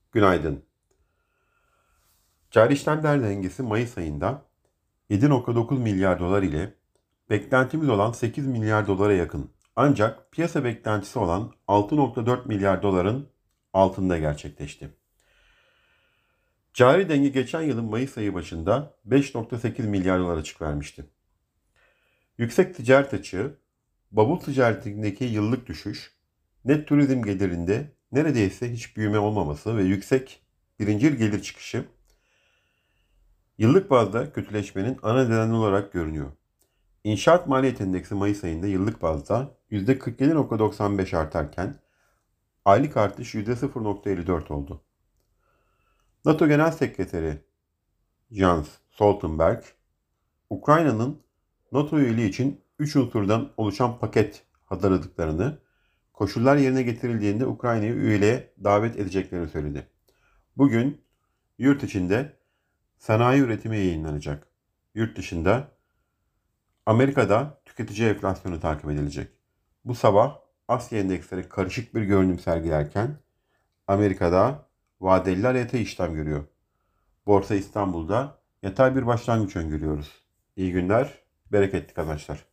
Günaydın. Cari işlemler dengesi Mayıs ayında 7,9 milyar dolar ile beklentimiz olan 8 milyar dolara yakın. Ancak piyasa beklentisi olan 6,4 milyar doların altında gerçekleşti. Cari denge geçen yılın Mayıs ayı başında 5,8 milyar dolar açık vermişti. Yüksek ticaret açığı, bavul ticaretindeki yıllık düşüş, net turizm gelirinde neredeyse hiç büyüme olmaması ve yüksek birincil gelir çıkışı yıllık bazda kötüleşmenin ana nedeni olarak görünüyor. İnşaat maliyet endeksi Mayıs ayında yıllık bazda %47,95 artarken aylık artış %0,54 oldu. NATO Genel Sekreteri Jens Stoltenberg, Ukrayna'nın NATO üyeliği için 3 unsurdan oluşan paket hazırladıklarını, koşullar yerine getirildiğinde Ukrayna'yı üyeliğe davet edeceklerini söyledi. Bugün yurt içinde sanayi üretimi yayınlanacak. Yurt dışında Amerika'da tüketici enflasyonu takip edilecek. Bu sabah Asya endeksleri karışık bir görünüm sergilerken Amerika'da vadeliler yatay işlem görüyor. Borsa İstanbul'da yatay bir başlangıç öngörüyoruz. İyi günler, bereketli kazançlar.